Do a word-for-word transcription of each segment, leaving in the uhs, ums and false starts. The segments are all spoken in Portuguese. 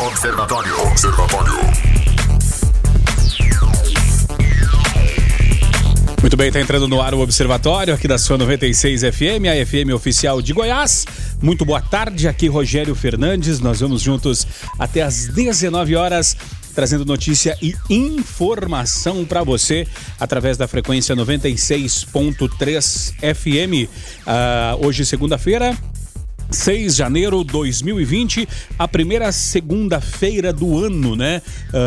Observatório. Observatório. Muito bem, está entrando no ar o Observatório aqui da sua noventa e seis F M, a F M oficial de Goiás. Muito boa tarde, aqui Rogério Fernandes. Nós vamos juntos até às dezenove horas, trazendo notícia e informação para você através da frequência noventa e seis ponto três F M. Uh, hoje, segunda-feira, seis de janeiro de dois mil e vinte, a primeira segunda-feira do ano, né?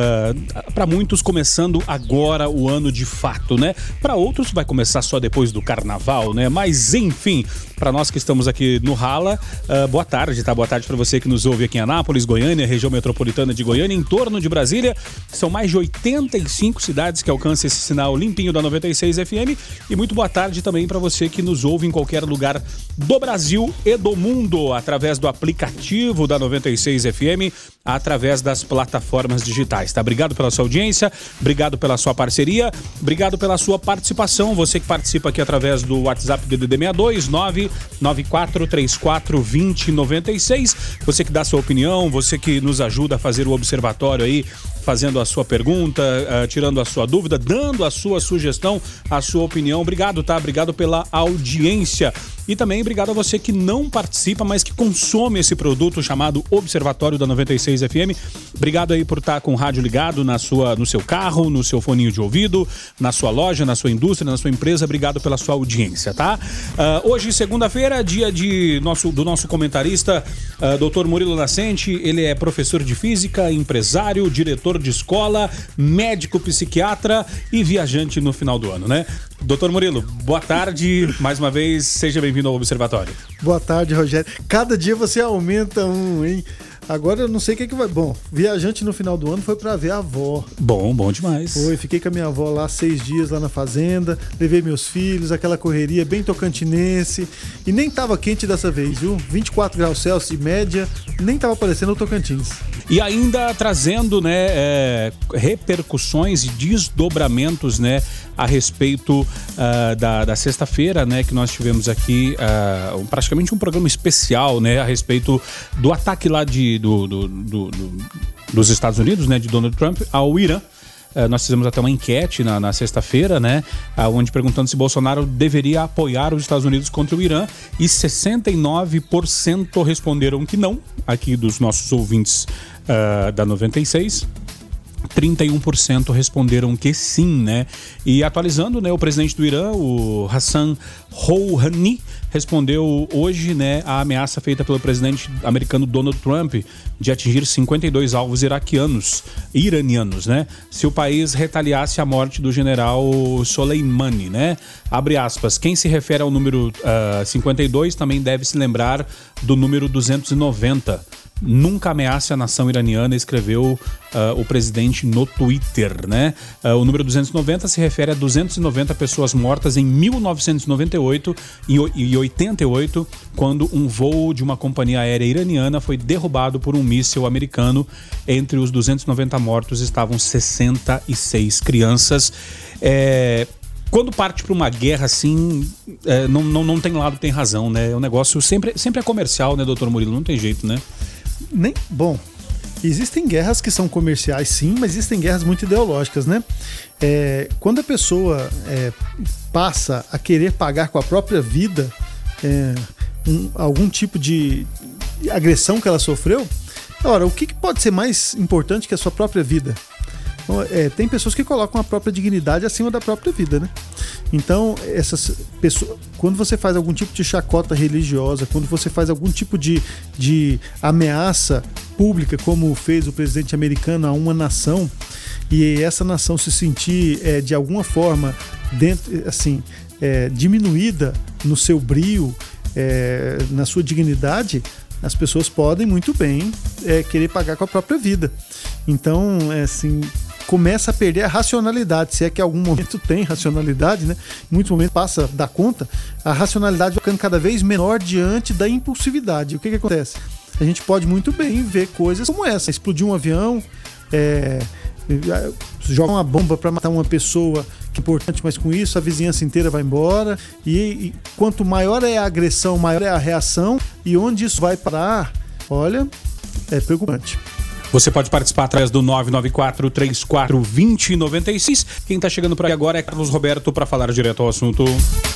Uh, para muitos começando agora o ano de fato, né? Para outros vai começar só depois do carnaval, né? Mas enfim, para nós que estamos aqui no Rala, uh, boa tarde, tá? Boa tarde para você que nos ouve aqui em Anápolis, Goiânia, região metropolitana de Goiânia, em torno de Brasília. São mais de oitenta e cinco cidades que alcançam esse sinal limpinho da noventa e seis F M. E muito boa tarde também para você que nos ouve em qualquer lugar do Brasil e do mundo, através do aplicativo da noventa e seis F M, através das plataformas digitais, tá? Obrigado pela sua audiência, obrigado pela sua parceria, obrigado pela sua participação, você que participa aqui através do WhatsApp D D D sessenta e dois, nove nove quatro três quatro dois zero nove seis, você que dá sua opinião, você que nos ajuda a fazer o observatório aí, fazendo a sua pergunta, uh, tirando a sua dúvida, dando a sua sugestão, a sua opinião. Obrigado, tá? Obrigado pela audiência. E também obrigado a você que não participa, mas que consome esse produto chamado Observatório da noventa e seis F M. Obrigado aí por estar com o rádio ligado na sua, no seu carro, no seu foninho de ouvido, na sua loja, na sua indústria, na sua empresa. Obrigado pela sua audiência, tá? Uh, hoje, segunda-feira, dia de nosso, do nosso comentarista, uh, doutor Murilo Nascente. Ele é professor de física, empresário, diretor de escola, médico psiquiatra e viajante no final do ano, né? doutor Murilo, boa tarde, mais uma vez, seja bem-vindo ao Observatório. Boa tarde, Rogério. Cada dia você aumenta um, hein? Agora eu não sei o que que vai... Bom, viajante no final do ano foi pra ver a avó. Bom, bom demais. Foi, fiquei com a minha avó lá seis dias lá na fazenda, levei meus filhos, aquela correria bem tocantinense, e nem tava quente dessa vez, viu? vinte e quatro graus Celsius de média, nem tava aparecendo o Tocantins. E ainda trazendo, né, é, repercussões e desdobramentos, né, a respeito uh, da, da sexta-feira, né, que nós tivemos aqui uh, praticamente um programa especial, né, a respeito do ataque lá de, do, do, do, do, dos Estados Unidos, né, de Donald Trump ao Irã. Uh, nós fizemos até uma enquete na, na sexta-feira, né, uh, onde perguntando se Bolsonaro deveria apoiar os Estados Unidos contra o Irã, e sessenta e nove por cento responderam que não, aqui dos nossos ouvintes uh, da noventa e seis. trinta e um por cento responderam que sim, né? E atualizando, né, o presidente do Irã, o Hassan Rouhani, respondeu hoje, né, a ameaça feita pelo presidente americano Donald Trump de atingir cinquenta e dois alvos iraquianos, iranianos, né? Se o país retaliasse a morte do general Soleimani, né? Abre aspas, quem se refere ao número uh, cinquenta e dois também deve se lembrar do número duzentos e noventa. Nunca ameace a nação iraniana, escreveu uh, o presidente no Twitter, né? Uh, o número duzentos e noventa se refere a duzentas e noventa pessoas mortas em mil novecentos e noventa e oito e oitenta e oito, quando um voo de uma companhia aérea iraniana foi derrubado por um míssil americano. Entre os duzentos e noventa mortos estavam sessenta e seis crianças. É... Quando parte para uma guerra assim, é, não, não, não tem lado, tem razão, né? O negócio sempre, sempre é comercial, né, doutor Murilo? Não tem jeito, né? Nem, bom, existem guerras que são comerciais, sim, mas existem guerras muito ideológicas, né? É, quando a pessoa é, passa a querer pagar com a própria vida é, um, algum tipo de agressão que ela sofreu, ora, o que, que pode ser mais importante que a sua própria vida? É, tem pessoas que colocam a própria dignidade acima da própria vida, né? Então, essas pessoas, quando você faz algum tipo de chacota religiosa, quando você faz algum tipo de, de ameaça pública, como fez o presidente americano a uma nação, e essa nação se sentir é, de alguma forma dentro, assim, é, diminuída no seu brio, é, na sua dignidade, as pessoas podem muito bem é, querer pagar com a própria vida. Então, é, assim, começa a perder a racionalidade, se é que em algum momento tem racionalidade, né? Em muitos momentos passa da conta, a racionalidade vai ficando cada vez menor diante da impulsividade. O que que acontece? A gente pode muito bem ver coisas como essa, explodir um avião, é, joga uma bomba para matar uma pessoa que é importante, mas com isso a vizinhança inteira vai embora, e, e quanto maior é a agressão, maior é a reação, e onde isso vai parar, olha, é preocupante. Você pode participar através do nove nove quatro, três quatro dois zero, nove seis. Quem está chegando por aí agora é Carlos Roberto para falar direto ao assunto.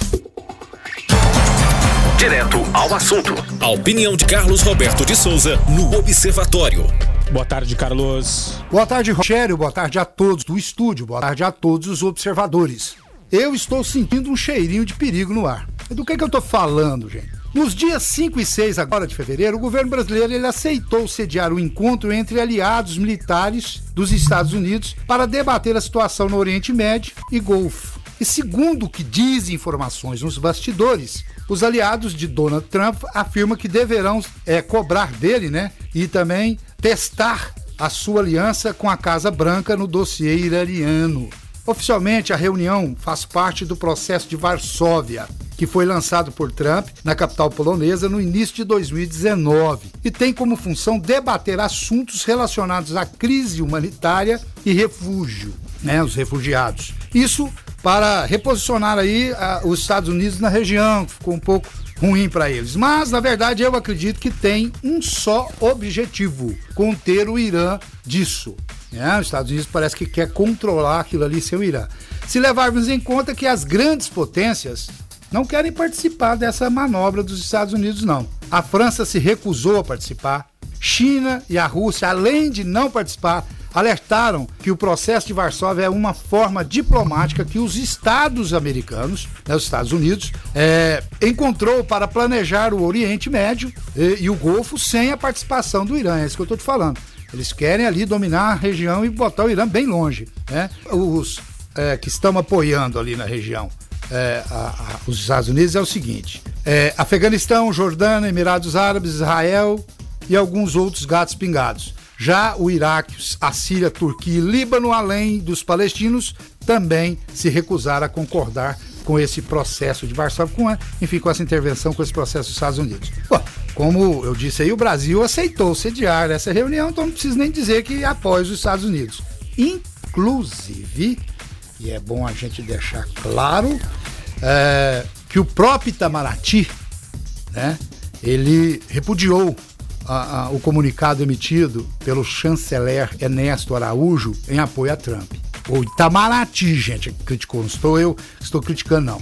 Direto ao assunto. A opinião de Carlos Roberto de Souza no Observatório. Boa tarde, Carlos. Boa tarde, Rogério. Boa tarde a todos do estúdio. Boa tarde a todos os observadores. Eu estou sentindo um cheirinho de perigo no ar. Do que, que eu estou falando, gente? Nos dias cinco e seis agora de fevereiro, o governo brasileiro ele aceitou sediar o encontro entre aliados militares dos Estados Unidos para debater a situação no Oriente Médio e Golfo. E segundo o que dizem informações nos bastidores, os aliados de Donald Trump afirmam que deverão é, cobrar dele, né, e também testar a sua aliança com a Casa Branca no dossiê iraniano. Oficialmente, a reunião faz parte do processo de Varsóvia, que foi lançado por Trump na capital polonesa no início de dois mil e dezenove e tem como função debater assuntos relacionados à crise humanitária e refúgio, né, os refugiados. Isso para reposicionar aí a, os Estados Unidos na região, que ficou um pouco ruim para eles. Mas, na verdade, eu acredito que tem um só objetivo: conter o Irã disso. É, os Estados Unidos parece que quer controlar aquilo ali sem o Irã. Se levarmos em conta que as grandes potências não querem participar dessa manobra dos Estados Unidos, não. A França se recusou a participar. China e a Rússia, além de não participar, alertaram que o processo de Varsóvia é uma forma diplomática que os Estados americanos, né, os Estados Unidos, é, encontrou para planejar o Oriente Médio e, e o Golfo sem a participação do Irã. É isso que eu estou te falando. Eles querem ali dominar a região e botar o Irã bem longe, né? Os é, que estão apoiando ali na região é, a, a, os Estados Unidos é o seguinte: é, Afeganistão, Jordânia, Emirados Árabes, Israel e alguns outros gatos pingados. Já o Iraque, a Síria, a Turquia e Líbano, além dos palestinos, também se recusaram a concordar com esse processo de Varsóvia, com a, enfim, com essa intervenção, com esse processo dos Estados Unidos. Bom, como eu disse aí, o Brasil aceitou sediar essa reunião, então não preciso nem dizer que apoia os Estados Unidos. Inclusive, e é bom a gente deixar claro, é, que o próprio Itamaraty, né, ele repudiou a, a, o comunicado emitido pelo chanceler Ernesto Araújo em apoio a Trump. O Itamaraty, gente, criticou, não estou eu que estou criticando, não.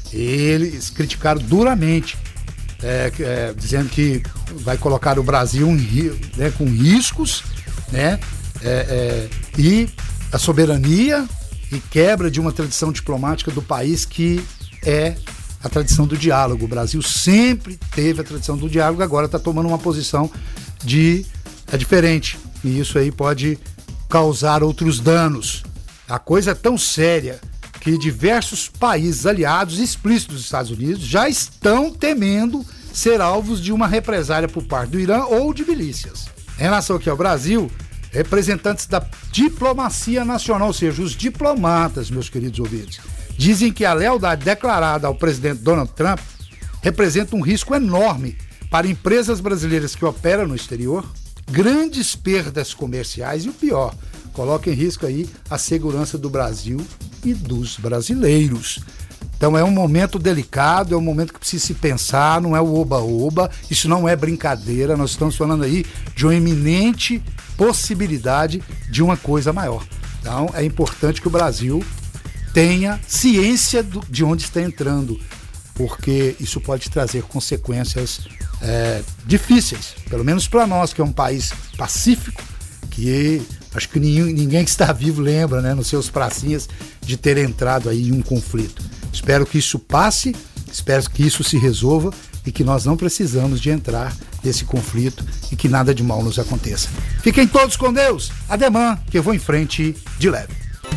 Eles criticaram duramente, é, é, dizendo que vai colocar o Brasil em, né, com riscos, né, é, é, e a soberania e quebra de uma tradição diplomática do país que é a tradição do diálogo. O Brasil sempre teve a tradição do diálogo, agora está tomando uma posição de é diferente, e isso aí pode causar outros danos. A coisa é tão séria que diversos países aliados explícitos dos Estados Unidos já estão temendo ser alvos de uma represália por parte do Irã ou de milícias. Em relação aqui ao Brasil, representantes da diplomacia nacional, ou seja, os diplomatas, meus queridos ouvintes, dizem que a lealdade declarada ao presidente Donald Trump representa um risco enorme para empresas brasileiras que operam no exterior, grandes perdas comerciais e o pior, coloca em risco aí a segurança do Brasil e dos brasileiros. Então é um momento delicado, é um momento que precisa se pensar, não é o oba-oba, isso não é brincadeira, nós estamos falando aí de uma iminente possibilidade de uma coisa maior. Então é importante que o Brasil tenha ciência do, de onde está entrando, porque isso pode trazer consequências é, difíceis, pelo menos para nós, que é um país pacífico, que acho que ninguém, ninguém que está vivo lembra, né, nos seus pracinhas, de ter entrado aí em um conflito. Espero que isso passe, espero que isso se resolva e que nós não precisamos de entrar nesse conflito e que nada de mal nos aconteça. Fiquem todos com Deus, ademã, que eu vou em frente de leve.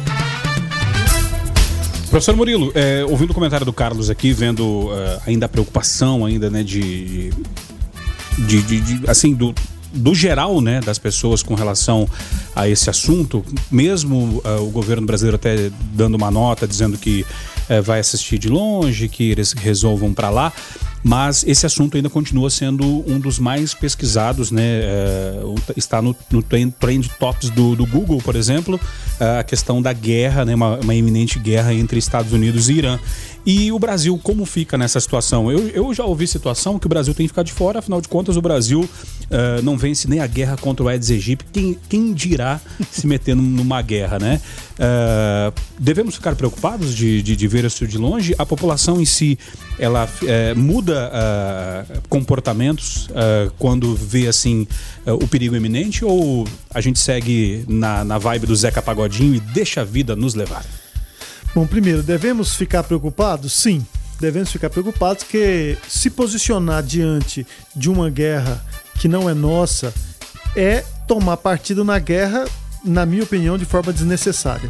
Professor Murilo, é, ouvindo o comentário do Carlos aqui, vendo uh, ainda a preocupação ainda, né, de, de, de, de assim, do, do geral, né, das pessoas com relação a esse assunto, mesmo uh, o governo brasileiro até dando uma nota, dizendo que uh, vai assistir de longe, que eles resolvam para lá. mas esse assunto ainda continua sendo um dos mais pesquisados, né? É, está no, no trend, trend tops do, do Google, por exemplo, a questão da guerra, né? uma, uma iminente guerra entre Estados Unidos e Irã. E o Brasil, como fica nessa situação? Eu, eu já ouvi situação que o Brasil tem que ficar de fora, afinal de contas o Brasil uh, não vence nem a guerra contra o Aedes aegypti, quem, quem dirá se meter numa guerra, né? Uh, devemos ficar preocupados de, de, de ver isso de longe? A população em si, ela uh, muda uh, comportamentos uh, quando vê assim uh, o perigo iminente, ou a gente segue na, na vibe do Zeca Pagodinho e deixa a vida nos levar? Bom, primeiro, devemos ficar preocupados? Sim, devemos ficar preocupados, porque se posicionar diante de uma guerra que não é nossa é tomar partido na guerra, na minha opinião, de forma desnecessária.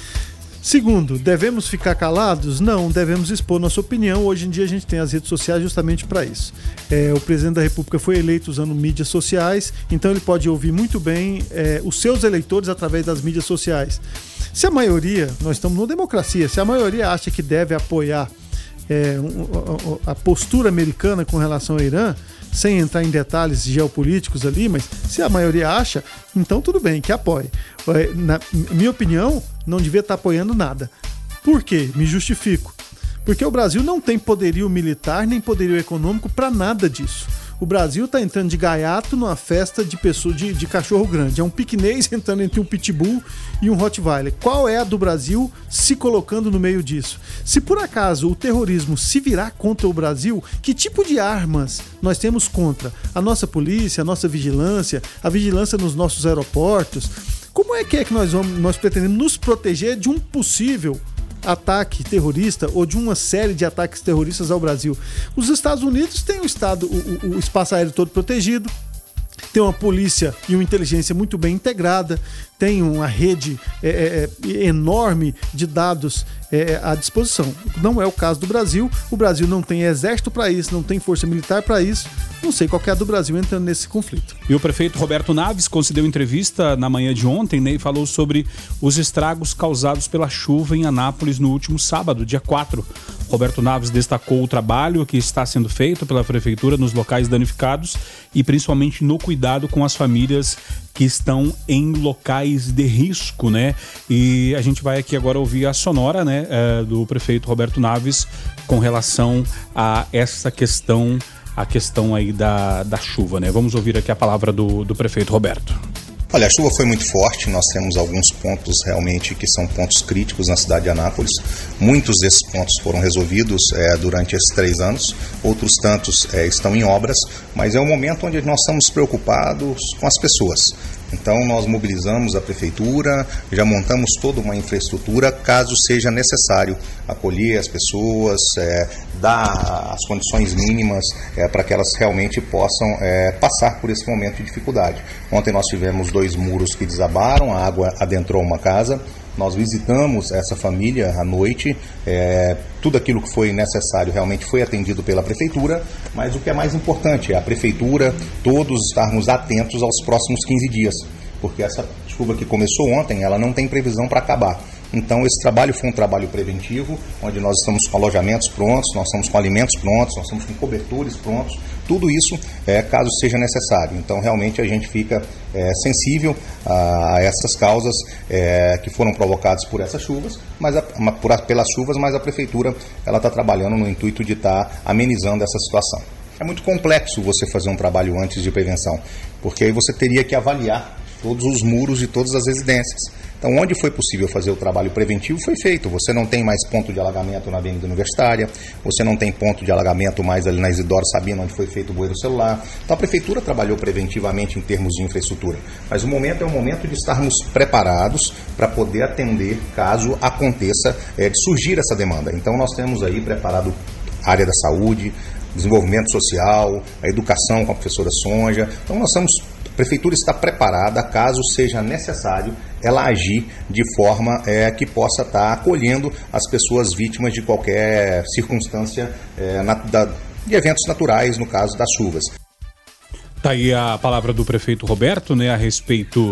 Segundo, devemos ficar calados? Não, devemos expor nossa opinião. Hoje em dia a gente tem as redes sociais justamente para isso. É, o presidente da República foi eleito usando mídias sociais, então ele pode ouvir muito bem é, os seus eleitores através das mídias sociais. Se a maioria, nós estamos numa democracia, se a maioria acha que deve apoiar é, um, a postura americana com relação ao Irã, sem entrar em detalhes geopolíticos ali, mas se a maioria acha, então tudo bem, que apoie. Na minha opinião, não devia estar apoiando nada. Por quê? Me justifico. Porque o Brasil não tem poderio militar nem poderio econômico para nada disso. O Brasil está entrando de gaiato numa festa de, pessoa, de, de cachorro grande. É um piquenês entrando entre um pitbull e um rottweiler. Qual é a do Brasil se colocando no meio disso? Se por acaso o terrorismo se virar contra o Brasil, que tipo de armas nós temos contra? A nossa polícia, a nossa vigilância, a vigilância nos nossos aeroportos? Como é que é que nós, vamos, nós pretendemos nos proteger de um possível ataque terrorista ou de uma série de ataques terroristas ao Brasil? Os Estados Unidos têm o, estado, o, o espaço aéreo todo protegido, tem uma polícia e uma inteligência muito bem integrada, tem uma rede é, é, enorme de dados é, à disposição. Não é o caso do Brasil. O Brasil não tem exército para isso, não tem força militar para isso. Não sei qual que é a do Brasil entrando nesse conflito. E o prefeito Roberto Naves concedeu entrevista na manhã de ontem, né, e falou sobre os estragos causados pela chuva em Anápolis no último sábado, dia quatro. Roberto Naves destacou o trabalho que está sendo feito pela prefeitura nos locais danificados e principalmente no cuidado com as famílias que estão em locais de risco, né? E a gente vai aqui agora ouvir a sonora, né, do prefeito Roberto Naves com relação a essa questão, a questão aí da, da chuva, né? Vamos ouvir aqui a palavra do, do prefeito Roberto. Olha, a chuva foi muito forte, nós temos alguns pontos realmente que são pontos críticos na cidade de Anápolis. Muitos desses pontos foram resolvidos é, durante esses três anos, outros tantos é, estão em obras, mas é um momento onde nós estamos preocupados com as pessoas. Então nós mobilizamos a prefeitura, já montamos toda uma infraestrutura, caso seja necessário acolher as pessoas, é, dar as condições mínimas é, para que elas realmente possam é, passar por esse momento de dificuldade. Ontem nós tivemos dois muros que desabaram, a água adentrou uma casa. Nós visitamos essa família à noite, é, tudo aquilo que foi necessário realmente foi atendido pela prefeitura, mas o que é mais importante é a prefeitura, todos estarmos atentos aos próximos quinze dias, porque essa chuva que começou ontem, ela não tem previsão para acabar. Então esse trabalho foi um trabalho preventivo, onde nós estamos com alojamentos prontos, nós estamos com alimentos prontos, nós estamos com cobertores prontos, tudo isso é, caso seja necessário. Então realmente a gente fica é, sensível a, a essas causas é, que foram provocadas por essas chuvas, mas a, por, pelas chuvas, mas a prefeitura ela está trabalhando no intuito de estar tá amenizando essa situação. É muito complexo você fazer um trabalho antes de prevenção, porque aí você teria que avaliar todos os muros de todas as residências. Então, onde foi possível fazer o trabalho preventivo, foi feito. Você não tem mais ponto de alagamento na Avenida Universitária, você não tem ponto de alagamento mais ali na Isidoro Sabino, onde foi feito o bueiro celular. Então, a Prefeitura trabalhou preventivamente em termos de infraestrutura. Mas o momento é o momento de estarmos preparados para poder atender caso aconteça é, de surgir essa demanda. Então, nós temos aí preparado a área da saúde, desenvolvimento social, a educação com a professora Sonja. Então, nós estamos... A Prefeitura está preparada, caso seja necessário, ela agir de forma é, que possa estar acolhendo as pessoas vítimas de qualquer circunstância é, na, da, de eventos naturais, no caso das chuvas. Tá aí a palavra do prefeito Roberto, né, a respeito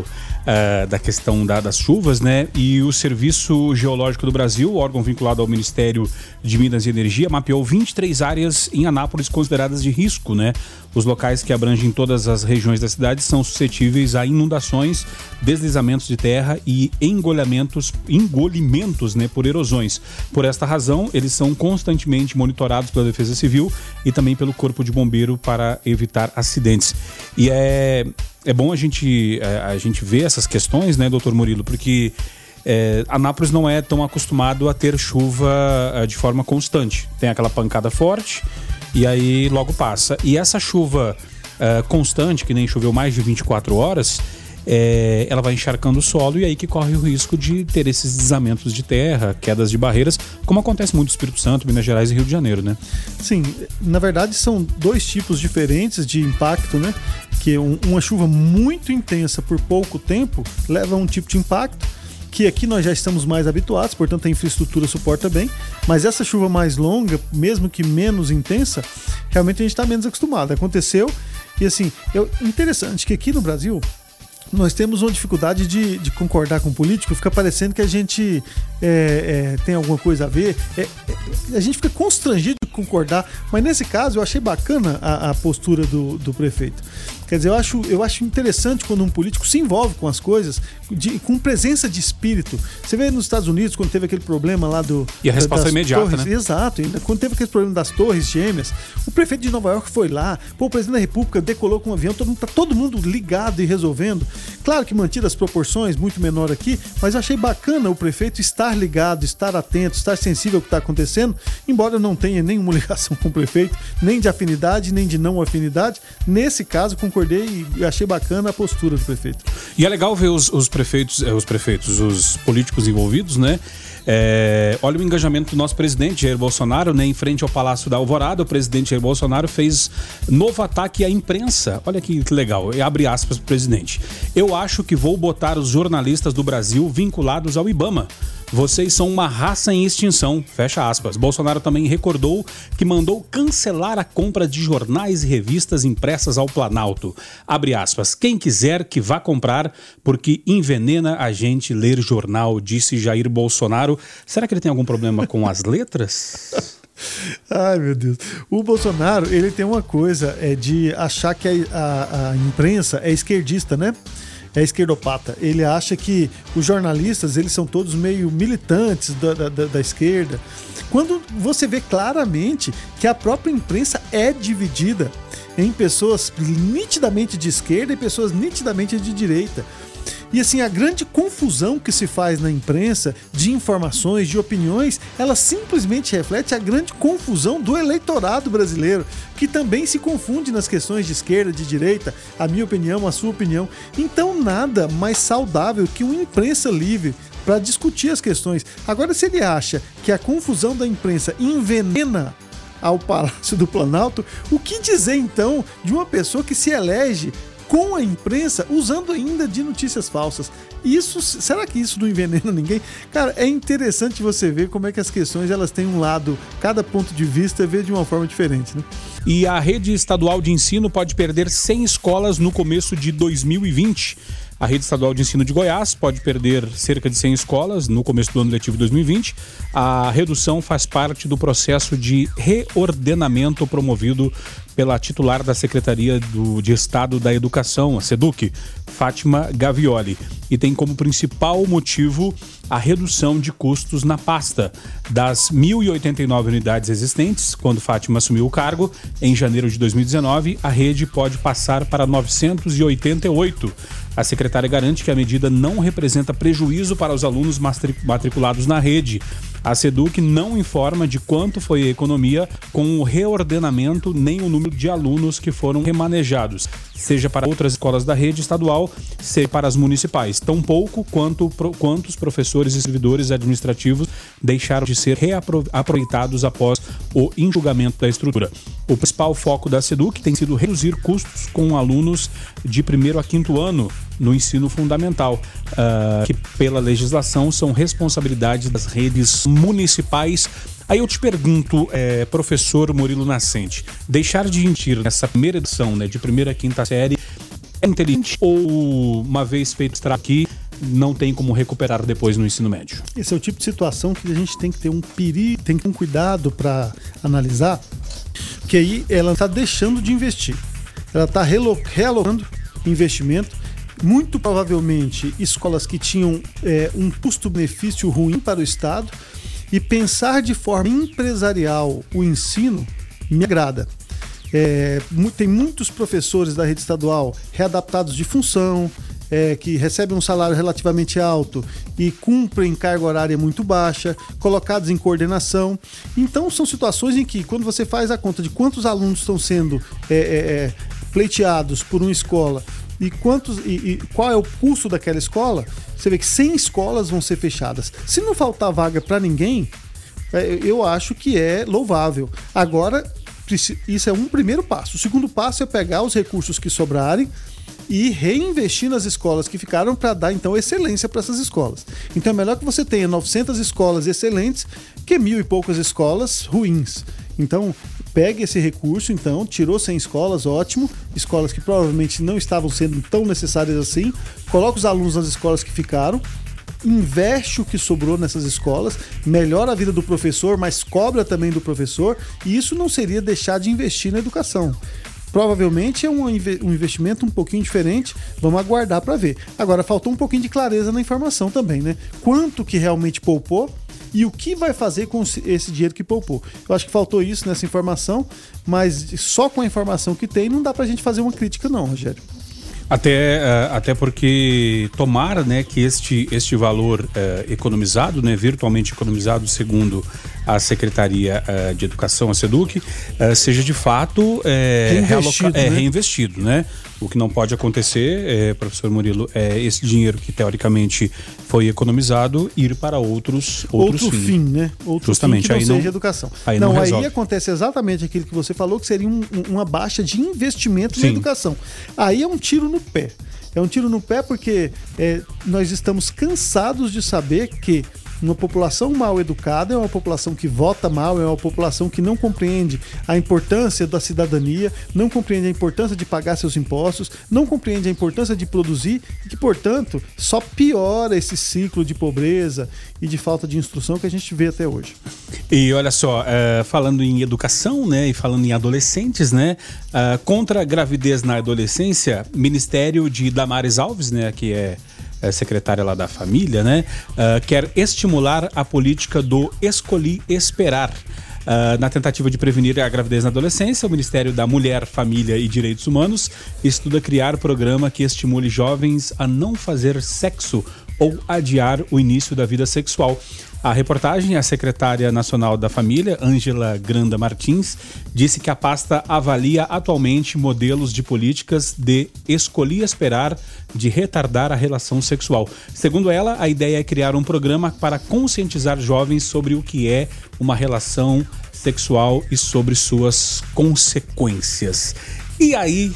uh, da questão da, das chuvas, né? E o Serviço Geológico do Brasil, órgão vinculado ao Ministério de Minas e Energia, mapeou vinte e três áreas em Anápolis consideradas de risco, né? Os locais que abrangem todas as regiões da cidade são suscetíveis a inundações, deslizamentos de terra e engolhamentos, engolimentos, né, por erosões. Por esta razão, eles são constantemente monitorados pela Defesa Civil e também pelo Corpo de Bombeiro para evitar acidentes. E é, é bom a gente, a gente ver essas questões, né, doutor Murilo, porque é, Anápolis não é tão acostumado a ter chuva de forma constante. Tem aquela pancada forte e aí logo passa. E essa chuva uh, constante, que nem choveu mais de vinte e quatro horas, é, ela vai encharcando o solo e aí que corre o risco de ter esses deslizamentos de terra, quedas de barreiras, como acontece muito no Espírito Santo, Minas Gerais e Rio de Janeiro, né? Sim, na verdade são dois tipos diferentes de impacto, né? Que um, uma chuva muito intensa por pouco tempo leva a um tipo de impacto que aqui nós já estamos mais habituados, portanto a infraestrutura suporta bem, mas essa chuva mais longa, mesmo que menos intensa, realmente a gente está menos acostumado. Aconteceu, e assim, é interessante que aqui no Brasil nós temos uma dificuldade de, de concordar com o político, fica parecendo que a gente é, é, tem alguma coisa a ver, é, é, a gente fica constrangido de concordar, mas nesse caso eu achei bacana a, a postura do, do prefeito. Quer dizer, eu acho, eu acho interessante quando um político se envolve com as coisas, de, com presença de espírito. Você vê nos Estados Unidos, quando teve aquele problema lá do... E a resposta das imediata, torres, né? Exato. Quando teve aquele problema das torres gêmeas, o prefeito de Nova York foi lá, pô, o presidente da República decolou com um avião, todo mundo, tá todo mundo ligado e resolvendo. Claro que mantido as proporções, muito menor aqui, mas eu achei bacana o prefeito estar ligado, estar atento, estar sensível ao que está acontecendo, embora eu não tenha nenhuma ligação com o prefeito, nem de afinidade, nem de não afinidade. Nesse caso, concordei e achei bacana a postura do prefeito. E é legal ver os, os prefeitos, os prefeitos, os políticos envolvidos, né? É, olha o engajamento do nosso presidente Jair Bolsonaro, né? Em frente ao Palácio da Alvorada, o presidente Jair Bolsonaro fez novo ataque à imprensa. Olha que legal, abre aspas para o presidente. Eu acho que vou botar os jornalistas do Brasil vinculados ao Ibama. Vocês são uma raça em extinção, fecha aspas. Bolsonaro também recordou que mandou cancelar a compra de jornais e revistas impressas ao Planalto. Abre aspas, quem quiser que vá comprar, porque envenena a gente ler jornal, disse Jair Bolsonaro. Será que ele tem algum problema com as letras? Ai, meu Deus. O Bolsonaro, ele tem uma coisa, é de achar que a, a, a imprensa é esquerdista, né? É esquerdopata. Ele acha que os jornalistas, eles são todos meio militantes da, da, da esquerda. Quando você vê claramente que a própria imprensa é dividida em pessoas nitidamente de esquerda e pessoas nitidamente de direita. E assim, a grande confusão que se faz na imprensa de informações, de opiniões, ela simplesmente reflete a grande confusão do eleitorado brasileiro, que também se confunde nas questões de esquerda, de direita, a minha opinião, a sua opinião. Então nada mais saudável que uma imprensa livre para discutir as questões. Agora, se ele acha que a confusão da imprensa envenena ao Palácio do Planalto, o que dizer então de uma pessoa que se elege com a imprensa, usando ainda de notícias falsas? Isso, será que isso não envenena ninguém? Cara, é interessante você ver como é que as questões, elas têm um lado, cada ponto de vista vê de uma forma diferente, né? E a rede estadual de ensino pode perder cem escolas no começo de dois mil e vinte. A rede estadual de ensino de Goiás pode perder cerca de cem escolas no começo do ano letivo dois mil e vinte. A redução faz parte do processo de reordenamento promovido pela titular da Secretaria do, de Estado da Educação, a SEDUC, Fátima Gavioli, e tem como principal motivo a redução de custos na pasta. Das mil e oitenta e nove unidades existentes, quando Fátima assumiu o cargo, em janeiro de dois mil e dezenove, a rede pode passar para novecentos e oitenta e oito. A secretária garante que a medida não representa prejuízo para os alunos matriculados na rede. A SEDUC não informa de quanto foi a economia com o reordenamento nem o número de alunos que foram remanejados, seja para outras escolas da rede estadual, seja para as municipais, tão pouco quanto, quanto os professores e servidores administrativos deixaram de ser reaproveitados após o enxugamento da estrutura. O principal foco da SEDUC tem sido reduzir custos com alunos de primeiro a quinto ano no ensino fundamental, uh, que pela legislação são responsabilidade das redes municipais. Aí eu te pergunto, é, professor Murilo Nascente, deixar de mentir nessa primeira edição, né, de primeira a quinta série, é inteligente ou, uma vez feito estar aqui, não tem como recuperar depois no ensino médio? Esse é o tipo de situação que a gente tem que ter um perigo, tem que ter um cuidado para analisar, porque aí ela está deixando de investir, ela está realocando investimento. Muito provavelmente escolas que tinham é, um custo-benefício ruim para o Estado, e pensar de forma empresarial o ensino me agrada. É, tem muitos professores da rede estadual readaptados de função, é, que recebem um salário relativamente alto e cumprem carga horária muito baixa, colocados em coordenação. Então são situações em que, quando você faz a conta de quantos alunos estão sendo é, é, pleiteados por uma escola e, quantos, e, e qual é o custo daquela escola, você vê que cem escolas vão ser fechadas. Se não faltar vaga para ninguém, eu acho que é louvável. Agora, isso é um primeiro passo. O segundo passo é pegar os recursos que sobrarem e reinvestir nas escolas que ficaram, para dar então excelência para essas escolas. Então é melhor que você tenha novecentas escolas excelentes que mil e poucas escolas ruins. Então pegue esse recurso, então tirou cem escolas, ótimo, escolas que provavelmente não estavam sendo tão necessárias assim, coloca os alunos nas escolas que ficaram, investe o que sobrou nessas escolas, melhora a vida do professor, mas cobra também do professor, e isso não seria deixar de investir na educação. Provavelmente é um investimento um pouquinho diferente, vamos aguardar para ver. Agora, faltou um pouquinho de clareza na informação também, né? Quanto que realmente poupou e o que vai fazer com esse dinheiro que poupou. Eu acho que faltou isso nessa informação, mas só com a informação que tem não dá pra gente fazer uma crítica não, Rogério. Até, uh, até porque tomara, né, que este, este valor uh, economizado, né, virtualmente economizado, segundo a Secretaria uh, de Educação, a SEDUC, uh, seja de fato é, reinvestido, realoca- é, né? reinvestido, né? O que não pode acontecer, é, professor Murilo, é esse dinheiro que teoricamente foi economizado ir para outros, outros Outro fins. fim, né? Outro Justamente, fim que não aí seja não, educação. Aí, não, não aí acontece exatamente aquilo que você falou, que seria um, uma baixa de investimento Sim. na educação. Aí é um tiro no pé. É um tiro no pé porque é, nós estamos cansados de saber que uma população mal educada é uma população que vota mal, é uma população que não compreende a importância da cidadania, não compreende a importância de pagar seus impostos, não compreende a importância de produzir e que, portanto, só piora esse ciclo de pobreza e de falta de instrução que a gente vê até hoje. E olha só, uh, falando em educação, né, e falando em adolescentes, né, uh, contra a gravidez na adolescência, Ministério de Damares Alves, né, que é secretária lá da família, né, uh, quer estimular a política do Escolhi Esperar. Uh, na tentativa de prevenir a gravidez na adolescência, o Ministério da Mulher, Família e Direitos Humanos estuda criar programa que estimule jovens a não fazer sexo ou adiar o início da vida sexual. A reportagem, a secretária nacional da família, Ângela Granda Martins, disse que a pasta avalia atualmente modelos de políticas de escolhi esperar de retardar a relação sexual. Segundo ela, a ideia é criar um programa para conscientizar jovens sobre o que é uma relação sexual e sobre suas consequências. E aí,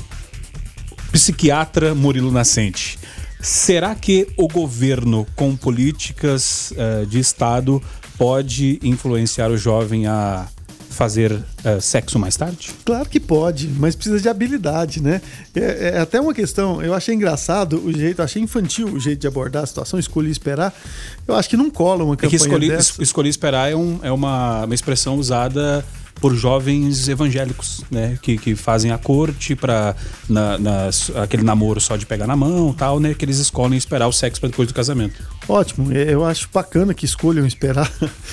psiquiatra Murilo Nascente, será que o governo, com políticas uh, de Estado, pode influenciar o jovem a fazer uh, sexo mais tarde? Claro que pode, mas precisa de habilidade, né? É, é até uma questão, eu achei engraçado o jeito, achei infantil o jeito de abordar a situação, escolhi esperar. Eu acho que não cola uma campanha é que escolhi, dessa. Escolhi esperar é, um, é uma, uma expressão usada por jovens evangélicos, né, que, que fazem a corte para na, na, aquele namoro só de pegar na mão, tal, né, que eles escolhem esperar o sexo para depois do casamento. Ótimo, eu acho bacana que escolham esperar,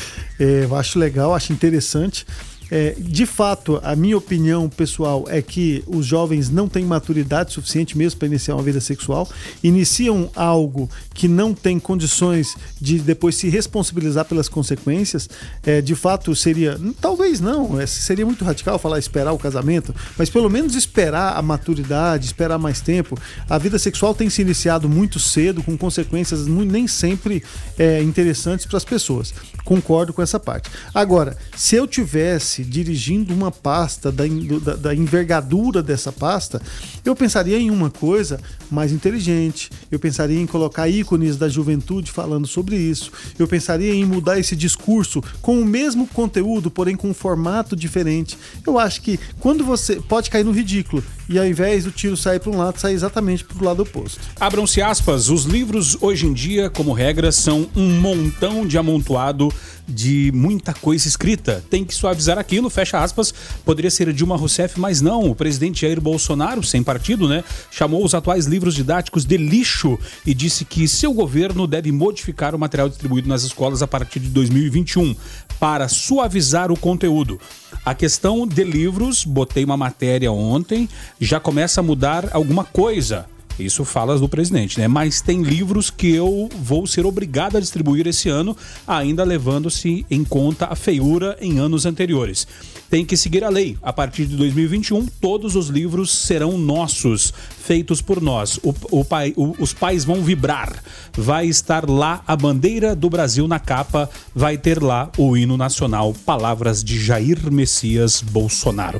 eu acho legal, acho interessante. É, de fato, a minha opinião pessoal é que os jovens não têm maturidade suficiente mesmo para iniciar uma vida sexual, iniciam algo que não tem condições de depois se responsabilizar pelas consequências. É, de fato seria, talvez não, é, seria muito radical falar esperar o casamento, mas pelo menos esperar a maturidade, esperar mais tempo. A vida sexual tem se iniciado muito cedo, com consequências nem sempre é, interessantes para as pessoas. Concordo com essa parte. Agora, se eu tivesse dirigindo uma pasta da, da, da envergadura dessa pasta, eu pensaria em uma coisa mais inteligente, eu pensaria em colocar ícones da juventude falando sobre isso, eu pensaria em mudar esse discurso com o mesmo conteúdo, porém com um formato diferente. Eu acho que quando você pode cair no ridículo, e ao invés do tiro sair para um lado, sair exatamente para o lado oposto. Abram-se aspas, os livros hoje em dia, como regra, são um montão de amontoado de muita coisa escrita. Tem que suavizar aquilo, fecha aspas. Poderia ser Dilma Rousseff, mas não. O presidente Jair Bolsonaro, sem partido, né, chamou os atuais livros didáticos de lixo e disse que seu governo deve modificar o material distribuído nas escolas a partir de dois mil e vinte e um para suavizar o conteúdo. A questão de livros, botei uma matéria ontem, já começa a mudar alguma coisa. Isso falas do presidente, né? Mas tem livros que eu vou ser obrigado a distribuir esse ano, ainda levando-se em conta a feiura em anos anteriores. Tem que seguir a lei. A partir de dois mil e vinte e um, todos os livros serão nossos, feitos por nós. O, o pai, o, os pais vão vibrar. Vai estar lá a bandeira do Brasil na capa, vai ter lá o hino nacional, palavras de Jair Messias Bolsonaro.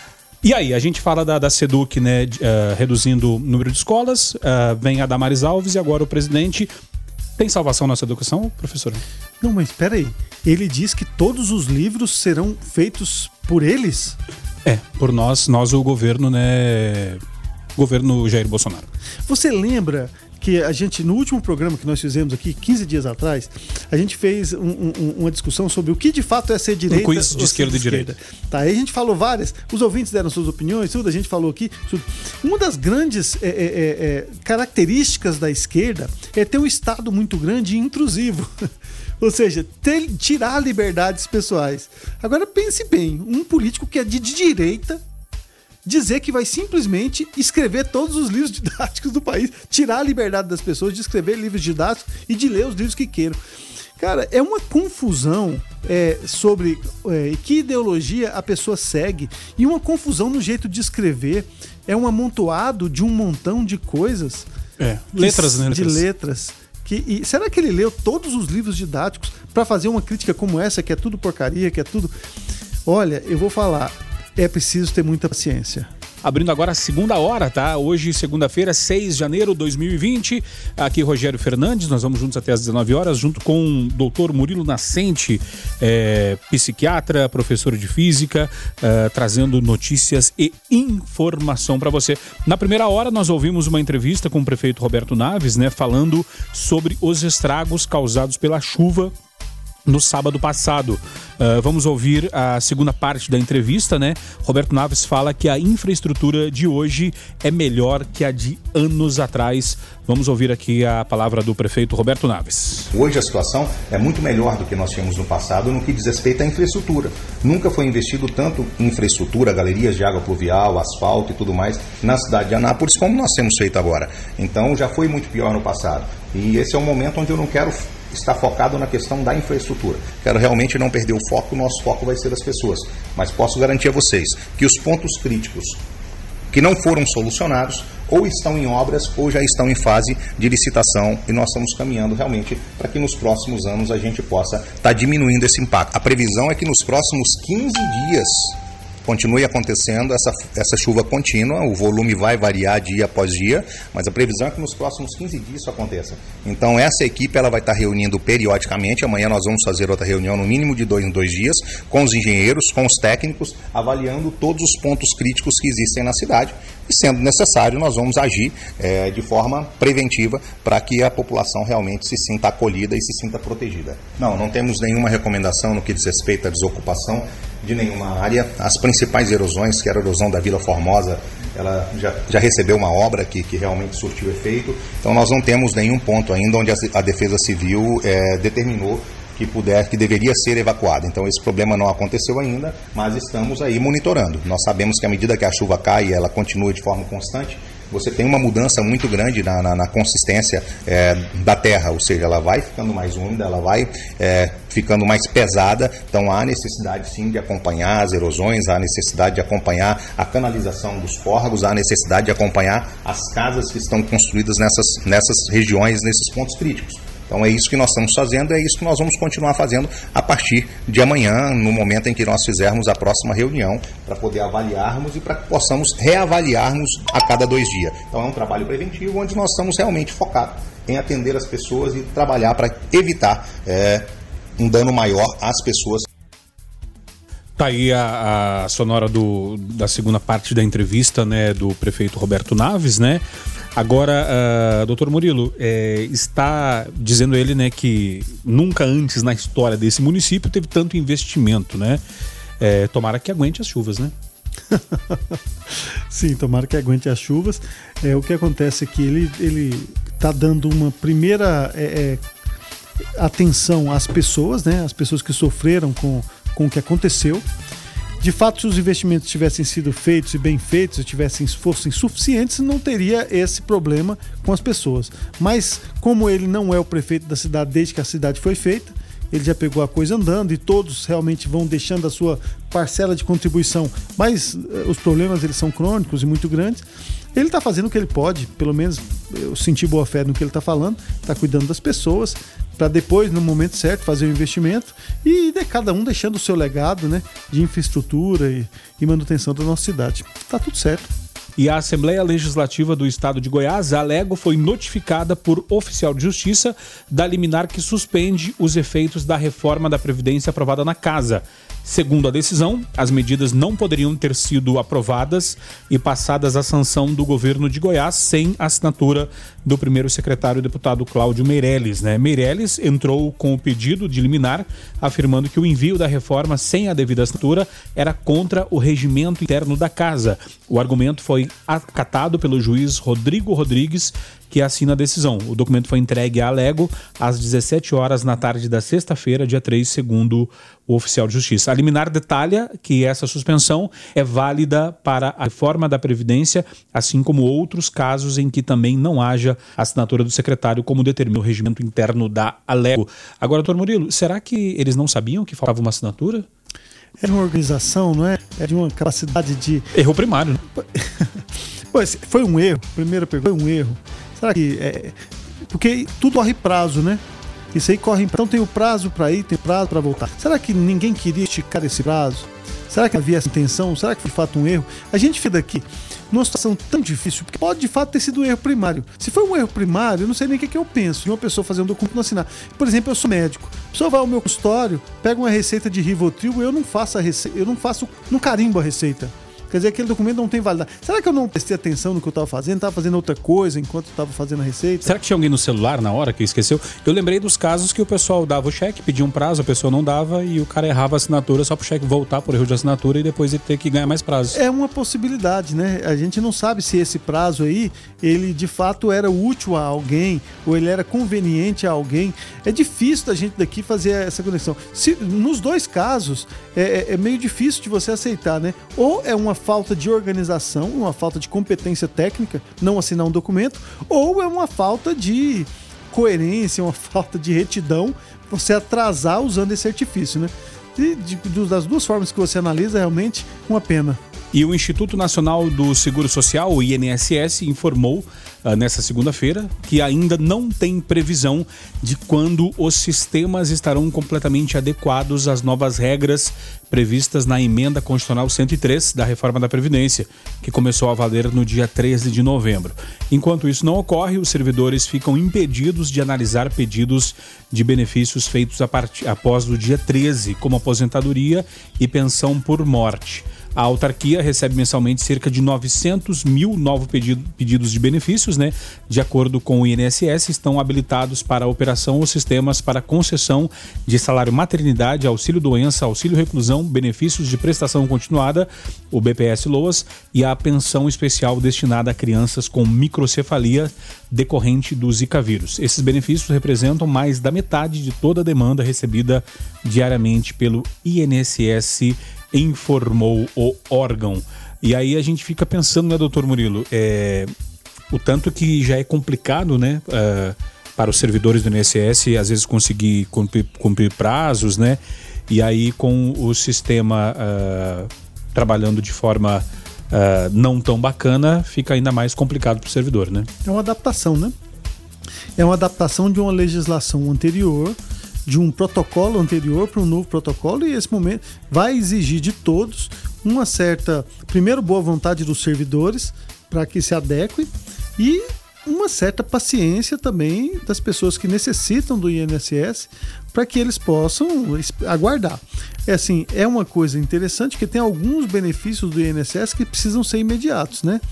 E aí, a gente fala da, da SEDUC, né, uh, reduzindo o número de escolas, uh, vem a Damares Alves e agora o presidente. Tem salvação nessa educação, professor? Não, mas espera aí. Ele diz que todos os livros serão feitos por eles? É, por nós, nós o governo, né, governo Jair Bolsonaro. Você lembra que a gente, no último programa que nós fizemos aqui, quinze dias atrás, a gente fez um, um, uma discussão sobre o que de fato é ser direita um quiz de esquerda e direita. Tá, aí a gente falou várias, os ouvintes deram suas opiniões, tudo, a gente falou aqui. Tudo. Uma das grandes é, é, é, características da esquerda é ter um Estado muito grande e intrusivo. Ou seja, ter, tirar liberdades pessoais. Agora pense bem, um político que é de direita dizer que vai simplesmente escrever todos os livros didáticos do país, tirar a liberdade das pessoas de escrever livros didáticos e de ler os livros que queiram. Cara, é uma confusão é, sobre é, que ideologia a pessoa segue e uma confusão no jeito de escrever. É um amontoado de um montão de coisas. É, letras, que, né? De letras. Que, e será que ele leu todos os livros didáticos para fazer uma crítica como essa, que é tudo porcaria, que é tudo... Olha, eu vou falar... É preciso ter muita paciência. Abrindo agora a segunda hora, tá? Hoje, segunda-feira, seis de janeiro de dois mil e vinte. Aqui, Rogério Fernandes. Nós vamos juntos até às dezenove horas, junto com o doutor Murilo Nascente, é, psiquiatra, professor de física, é, trazendo notícias e informação para você. Na primeira hora, nós ouvimos uma entrevista com o prefeito Roberto Naves, né? Falando sobre os estragos causados pela chuva no sábado passado. Uh, vamos ouvir a segunda parte da entrevista, né? Roberto Naves fala que a infraestrutura de hoje é melhor que a de anos atrás. Vamos ouvir aqui a palavra do prefeito Roberto Naves. Hoje a situação é muito melhor do que nós tínhamos no passado no que diz respeito à infraestrutura. Nunca foi investido tanto em infraestrutura, galerias de água pluvial, asfalto e tudo mais na cidade de Anápolis como nós temos feito agora. Então já foi muito pior no passado. E esse é um momento onde eu não quero estar focado na questão da infraestrutura. Quero realmente não perder o foco, o nosso foco vai ser as pessoas. Mas posso garantir a vocês que os pontos críticos que não foram solucionados ou estão em obras ou já estão em fase de licitação e nós estamos caminhando realmente para que nos próximos anos a gente possa estar diminuindo esse impacto. A previsão é que nos próximos quinze dias continue acontecendo essa, essa chuva contínua, o volume vai variar dia após dia, mas a previsão é que nos próximos quinze dias isso aconteça. Então essa equipe ela vai estar reunindo periodicamente, amanhã nós vamos fazer outra reunião no mínimo de dois em dois dias, com os engenheiros, com os técnicos, avaliando todos os pontos críticos que existem na cidade e sendo necessário nós vamos agir é, de forma preventiva para que a população realmente se sinta acolhida e se sinta protegida. Não, não temos nenhuma recomendação no que diz respeito à desocupação de nenhuma área. As principais erosões, que era a erosão da Vila Formosa, ela já, já recebeu uma obra que, que realmente surtiu efeito, então nós não temos nenhum ponto ainda onde a, a Defesa Civil é, determinou que puder, que deveria ser evacuado. Então esse problema não aconteceu ainda, mas estamos aí monitorando. Nós sabemos que à medida que a chuva cai e ela continua de forma constante, você tem uma mudança muito grande na, na, na consistência é, da terra, ou seja, ela vai ficando mais úmida, ela vai é, ficando mais pesada, então há necessidade sim de acompanhar as erosões, há necessidade de acompanhar a canalização dos córregos, há necessidade de acompanhar as casas que estão construídas nessas, nessas regiões, nesses pontos críticos. Então é isso que nós estamos fazendo, é isso que nós vamos continuar fazendo a partir de amanhã, no momento em que nós fizermos a próxima reunião, para poder avaliarmos e para que possamos reavaliarmos a cada dois dias. Então é um trabalho preventivo onde nós estamos realmente focados em atender as pessoas e trabalhar para evitar é, um dano maior às pessoas. Tá aí a, a sonora do, da segunda parte da entrevista, né, do prefeito Roberto Naves, né? Agora, uh, doutor Murilo, é, está dizendo ele, né, que nunca antes na história desse município teve tanto investimento, né? É, tomara que aguente as chuvas, né? Sim, tomara que aguente as chuvas. É, o que acontece é que ele ele está dando uma primeira é, é, atenção às pessoas, né? As pessoas que sofreram com, com o que aconteceu. De fato, se os investimentos tivessem sido feitos e bem feitos, se tivessem, fossem suficientes, não teria esse problema com as pessoas. Mas, como ele não é o prefeito da cidade desde que a cidade foi feita, ele já pegou a coisa andando e todos realmente vão deixando a sua parcela de contribuição. Mas os problemas, eles são crônicos e muito grandes. Ele está fazendo o que ele pode, pelo menos eu senti boa fé no que ele está falando, está cuidando das pessoas, para depois, no momento certo, fazer o investimento e de cada um deixando o seu legado, né, de infraestrutura e, e manutenção da nossa cidade. Está tudo certo. E a Assembleia Legislativa do Estado de Goiás, a Alego, foi notificada por oficial de justiça da liminar que suspende os efeitos da reforma da Previdência aprovada na Casa. Segundo a decisão, as medidas não poderiam ter sido aprovadas e passadas à sanção do governo de Goiás sem a assinatura do primeiro secretário, deputado Cláudio Meirelles, né? Meirelles entrou com o pedido de liminar, afirmando que o envio da reforma sem a devida assinatura era contra o regimento interno da Casa. O argumento foi acatado pelo juiz Rodrigo Rodrigues, que assina a decisão. O documento foi entregue à Alego às dezessete horas na tarde da sexta-feira, dia três, segundo o oficial de justiça. A liminar detalha que essa suspensão é válida para a reforma da Previdência, assim como outros casos em que também não haja assinatura do secretário, como determina o regimento interno da Alego. Agora, doutor Murilo, será que eles não sabiam que faltava uma assinatura? É de uma organização, não é? É de uma capacidade de... Erro primário, né? Pois, foi um erro. Primeira pergunta, foi um erro. Será que é... Porque tudo corre prazo, né? Isso aí corre... Então tem o prazo para ir, tem prazo para voltar. Será que ninguém queria esticar esse prazo? Será que havia essa intenção? Será que foi de fato um erro? A gente fica aqui numa situação tão difícil, porque pode de fato ter sido um erro primário. Se foi um erro primário, eu não sei nem o que, que eu penso de uma pessoa fazer um documento não assinar. Por exemplo, eu sou médico. A pessoa vai ao meu consultório, pega uma receita de Rivotril, eu não faço a receita, eu não faço, não carimbo a receita. Quer dizer, aquele documento não tem validade. Será que eu não prestei atenção no que eu estava fazendo? Estava fazendo outra coisa enquanto eu estava fazendo a receita? Será que tinha alguém no celular na hora que esqueceu? Eu lembrei dos casos que o pessoal dava o cheque, pedia um prazo, a pessoa não dava e o cara errava a assinatura só para o cheque voltar por erro de assinatura e depois ele ter que ganhar mais prazo. É uma possibilidade, né? A gente não sabe se esse prazo aí, ele de fato era útil a alguém ou ele era conveniente a alguém. É difícil da gente daqui fazer essa conexão. Se, nos dois casos, é, é meio difícil de você aceitar, né? Ou é uma falta de organização, uma falta de competência técnica, não assinar um documento, ou é uma falta de coerência, uma falta de retidão, você atrasar usando esse artifício, né? E de, de, das duas formas que você analisa, é realmente uma pena. E o Instituto Nacional do Seguro Social, o I N S S, informou uh, nessa segunda-feira que ainda não tem previsão de quando os sistemas estarão completamente adequados às novas regras previstas na Emenda Constitucional cento e três da Reforma da Previdência, que começou a valer no dia treze de novembro. Enquanto isso não ocorre, os servidores ficam impedidos de analisar pedidos de benefícios feitos a part... após o dia treze, como aposentadoria e pensão por morte. A autarquia recebe mensalmente cerca de novecentos mil novos pedido, pedidos de benefícios, né? De acordo com o I N S S, estão habilitados para a operação os sistemas para concessão de salário maternidade, auxílio-doença, auxílio-reclusão, benefícios de prestação continuada, o B P S-Loas, e a pensão especial destinada a crianças com microcefalia decorrente do Zika vírus. Esses benefícios representam mais da metade de toda a demanda recebida diariamente pelo I N S S, informou o órgão. E aí a gente fica pensando, né, doutor Murilo, é, o tanto que já é complicado, né, uh, para os servidores do I N S S, às vezes conseguir cumprir, cumprir prazos, né, e aí com o sistema uh, trabalhando de forma uh, não tão bacana, fica ainda mais complicado para o servidor, né? É uma adaptação, né? É uma adaptação de uma legislação anterior, de um protocolo anterior para um novo protocolo, e esse momento vai exigir de todos uma certa, primeiro, boa vontade dos servidores para que se adequem, e uma certa paciência também das pessoas que necessitam do I N S S para que eles possam aguardar. É assim, é uma coisa interessante que tem alguns benefícios do I N S S que precisam ser imediatos, né?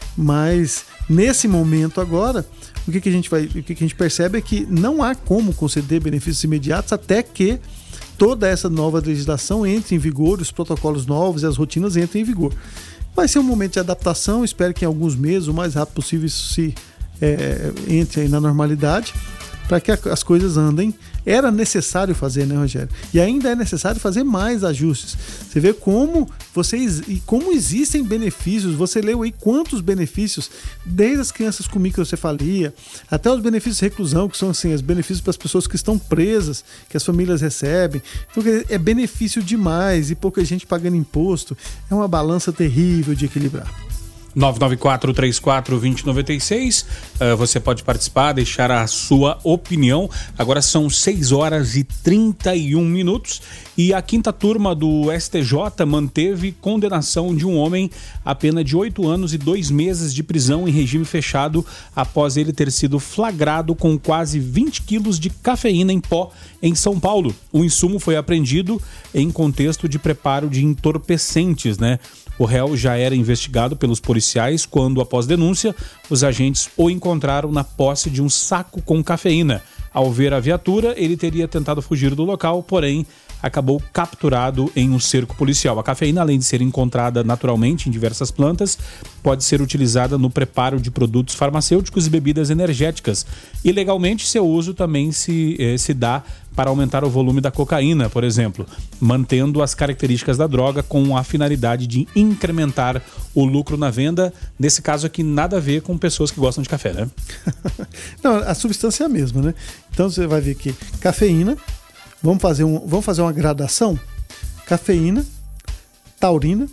Mas nesse momento agora, o que, que a gente vai, o que, que a gente percebe é que não há como conceder benefícios imediatos até que toda essa nova legislação entre em vigor, os protocolos novos e as rotinas entrem em vigor. Vai ser um momento de adaptação, espero que em alguns meses, o mais rápido possível, isso se é, entre aí na normalidade, para que as coisas andem. Era necessário fazer, né, Rogério? E ainda é necessário fazer mais ajustes. Você vê como vocês e como existem benefícios. Você leu aí quantos benefícios, desde as crianças com microcefalia, até os benefícios de reclusão, que são assim, os benefícios para as pessoas que estão presas, que as famílias recebem. Então é benefício demais e pouca gente pagando imposto. É uma balança terrível de equilibrar. nove nove quatro, três quatro, dois zero nove seis. Uh, você pode participar, deixar a sua opinião. Agora são seis horas e trinta e um minutos e a quinta turma do S T J manteve condenação de um homem a pena de oito anos e dois meses de prisão em regime fechado após ele ter sido flagrado com quase vinte quilos de cafeína em pó em São Paulo. O insumo foi apreendido em contexto de preparo de entorpecentes, né? O réu já era investigado pelos policiais quando, após denúncia, os agentes o encontraram na posse de um saco com cafeína. Ao ver a viatura, ele teria tentado fugir do local, porém acabou capturado em um cerco policial. A cafeína, além de ser encontrada naturalmente em diversas plantas, pode ser utilizada no preparo de produtos farmacêuticos e bebidas energéticas. Ilegalmente, seu uso também se, eh, se dá para aumentar o volume da cocaína, por exemplo, mantendo as características da droga com a finalidade de incrementar o lucro na venda. Nesse caso aqui, nada a ver com pessoas que gostam de café, né? Não, a substância é a mesma, né? Então você vai ver que cafeína, vamos fazer, um, vamos fazer uma gradação: cafeína, taurina,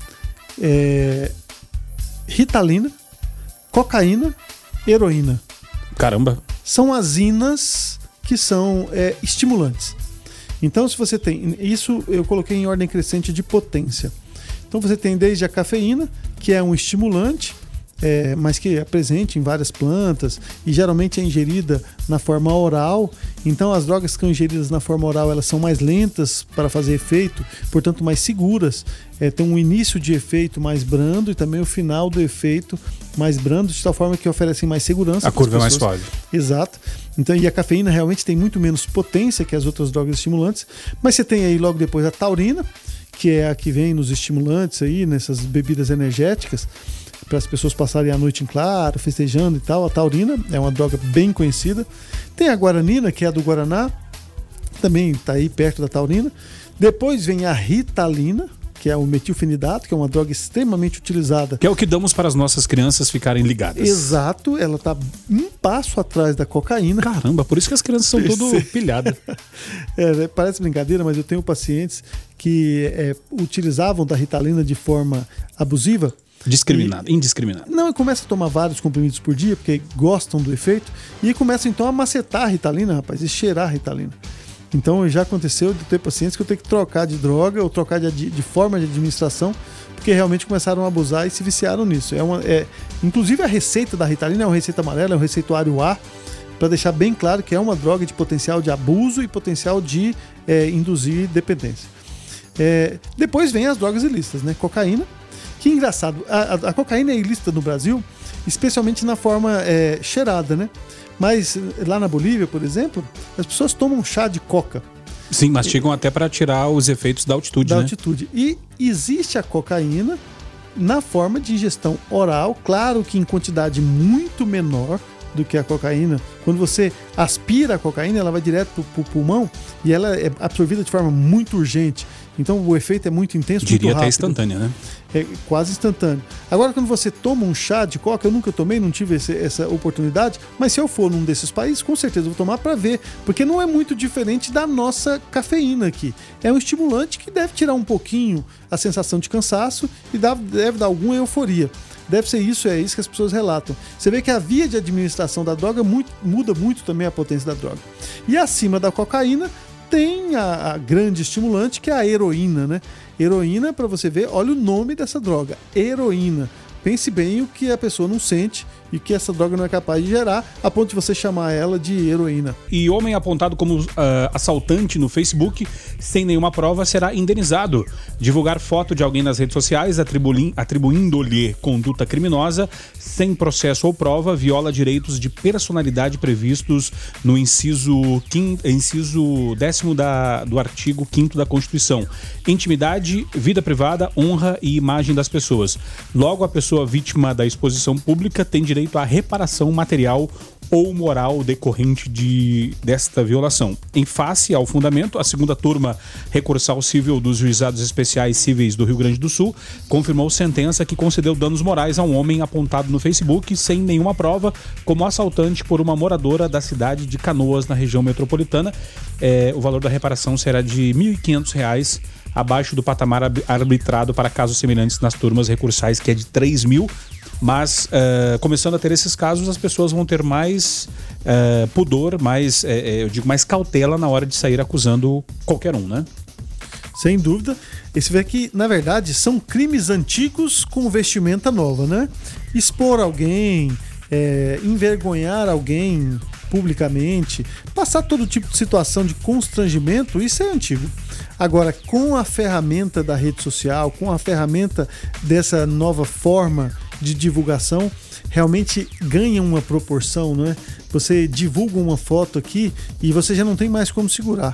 é, ritalina, cocaína, heroína. Caramba! São azinas que são é, estimulantes. Então, se você tem... Isso eu coloquei em ordem crescente de potência. Então, você tem desde a cafeína, que é um estimulante, é, mas que é presente em várias plantas e geralmente é ingerida na forma oral. Então, as drogas que são ingeridas na forma oral, elas são mais lentas para fazer efeito, portanto, mais seguras. É, tem um início de efeito mais brando e também o final do efeito mais brando, de tal forma que oferecem mais segurança. A curva é mais suave. Exato. Então, e a cafeína realmente tem muito menos potência que as outras drogas estimulantes, mas você tem aí logo depois a taurina, que é a que vem nos estimulantes aí, nessas bebidas energéticas, para as pessoas passarem a noite em claro, festejando e tal. A taurina é uma droga bem conhecida. Tem a guaranina, que é a do Guaraná, também está aí perto da taurina. Depois vem a ritalina, que é o metilfenidato, que é uma droga extremamente utilizada. Que é o que damos para as nossas crianças ficarem ligadas. Exato, ela está um passo atrás da cocaína. Caramba, por isso que as crianças são tudo pilhadas. É, parece brincadeira, mas eu tenho pacientes que é, utilizavam da ritalina de forma abusiva. Discriminado, e, indiscriminado. Não, e começa a tomar vários comprimidos por dia, porque gostam do efeito, e começam então a macetar a ritalina, rapaz, e cheirar a ritalina. Então já aconteceu de ter pacientes que eu tenho que trocar de droga ou trocar de, de forma de administração, porque realmente começaram a abusar e se viciaram nisso. É uma, é, inclusive a receita da ritalina é uma receita amarela, é um receituário A, para deixar bem claro que é uma droga de potencial de abuso e potencial de é, induzir dependência. É, depois vem as drogas ilícitas, né? Cocaína. Que engraçado, a, a, a cocaína é ilícita no Brasil, especialmente na forma é, cheirada, né? Mas lá na Bolívia, por exemplo, as pessoas tomam chá de coca. Sim, mastigam e, até para tirar os efeitos da altitude, da né? altitude. E existe a cocaína na forma de ingestão oral, claro que em quantidade muito menor do que a cocaína. Quando você aspira a cocaína, ela vai direto para o pulmão e ela é absorvida de forma muito urgente. Então o efeito é muito intenso, diria muito rápido. Até instantânea, né? É quase instantâneo. Agora, quando você toma um chá de coca, eu nunca tomei, não tive esse, essa oportunidade, mas se eu for num desses países, com certeza eu vou tomar para ver, porque não é muito diferente da nossa cafeína aqui. É um estimulante que deve tirar um pouquinho a sensação de cansaço e dá, deve dar alguma euforia. Deve ser isso, é isso que as pessoas relatam. Você vê que a via de administração da droga muito, muda muito também a potência da droga. E acima da cocaína, tem a, a grande estimulante, que é a heroína, né? Heroína, para você ver, olha o nome dessa droga, heroína. Pense bem o que a pessoa não sente e que essa droga não é capaz de gerar, a ponto de você chamar ela de heroína. E homem apontado como uh, assaltante no Facebook, sem nenhuma prova, será indenizado. Divulgar foto de alguém nas redes sociais, atribu- atribuindo-lhe conduta criminosa, sem processo ou prova, viola direitos de personalidade previstos no inciso, quinto, inciso décimo da, do artigo quinto da Constituição. Intimidade, vida privada, honra e imagem das pessoas. Logo, a pessoa vítima da exposição pública tem direito à reparação material ou moral decorrente de, desta violação. Em face ao fundamento, a segunda turma recursal civil dos Juizados Especiais Cíveis do Rio Grande do Sul confirmou sentença que concedeu danos morais a um homem apontado no Facebook sem nenhuma prova como assaltante por uma moradora da cidade de Canoas, na região metropolitana. É, o valor da reparação será de mil e quinhentos reais, abaixo do patamar arbitrado para casos semelhantes nas turmas recursais, que é de três mil. Mas, uh, começando a ter esses casos, as pessoas vão ter mais uh, pudor, mais, uh, eu digo, mais cautela na hora de sair acusando qualquer um, né? Sem dúvida. Esse vê que, na verdade, são crimes antigos com vestimenta nova, né? Expor alguém, é, envergonhar alguém publicamente, passar todo tipo de situação de constrangimento, isso é antigo. Agora, com a ferramenta da rede social, com a ferramenta dessa nova forma de divulgação, realmente ganha uma proporção, não é? Você divulga uma foto aqui e você já não tem mais como segurar.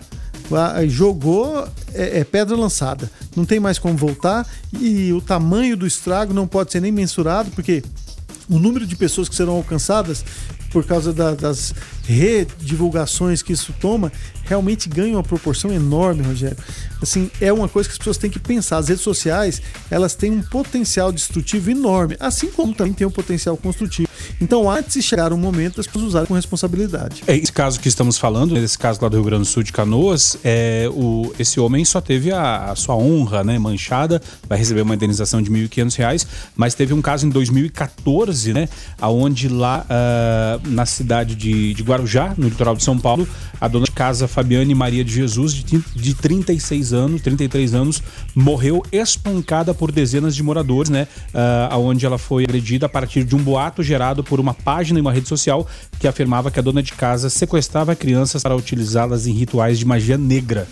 Jogou, é, é pedra lançada, não tem mais como voltar, e o tamanho do estrago não pode ser nem mensurado, porque o número de pessoas que serão alcançadas por causa da, das redivulgações que isso toma, realmente ganha uma proporção enorme, Rogério. Assim, é uma coisa que as pessoas têm que pensar. As redes sociais, elas têm um potencial destrutivo enorme, assim como também tem um potencial construtivo. Então, antes de chegar o momento, as pessoas usarem com responsabilidade. É, esse caso que estamos falando, nesse caso lá do Rio Grande do Sul, de Canoas, é, o, esse homem só teve a, a sua honra, né, manchada, vai receber uma indenização de mil e quinhentos reais, mas teve um caso em dois mil e catorze, né, onde lá uh, na cidade de, de Guarujá, no litoral de São Paulo, a dona de casa Fabiane Maria de Jesus, de, de trinta e seis anos, trinta e três anos, morreu espancada por dezenas de moradores, né, uh, onde ela foi agredida a partir de um boato gerado por uma página em uma rede social que afirmava que a dona de casa sequestrava crianças para utilizá-las em rituais de magia negra.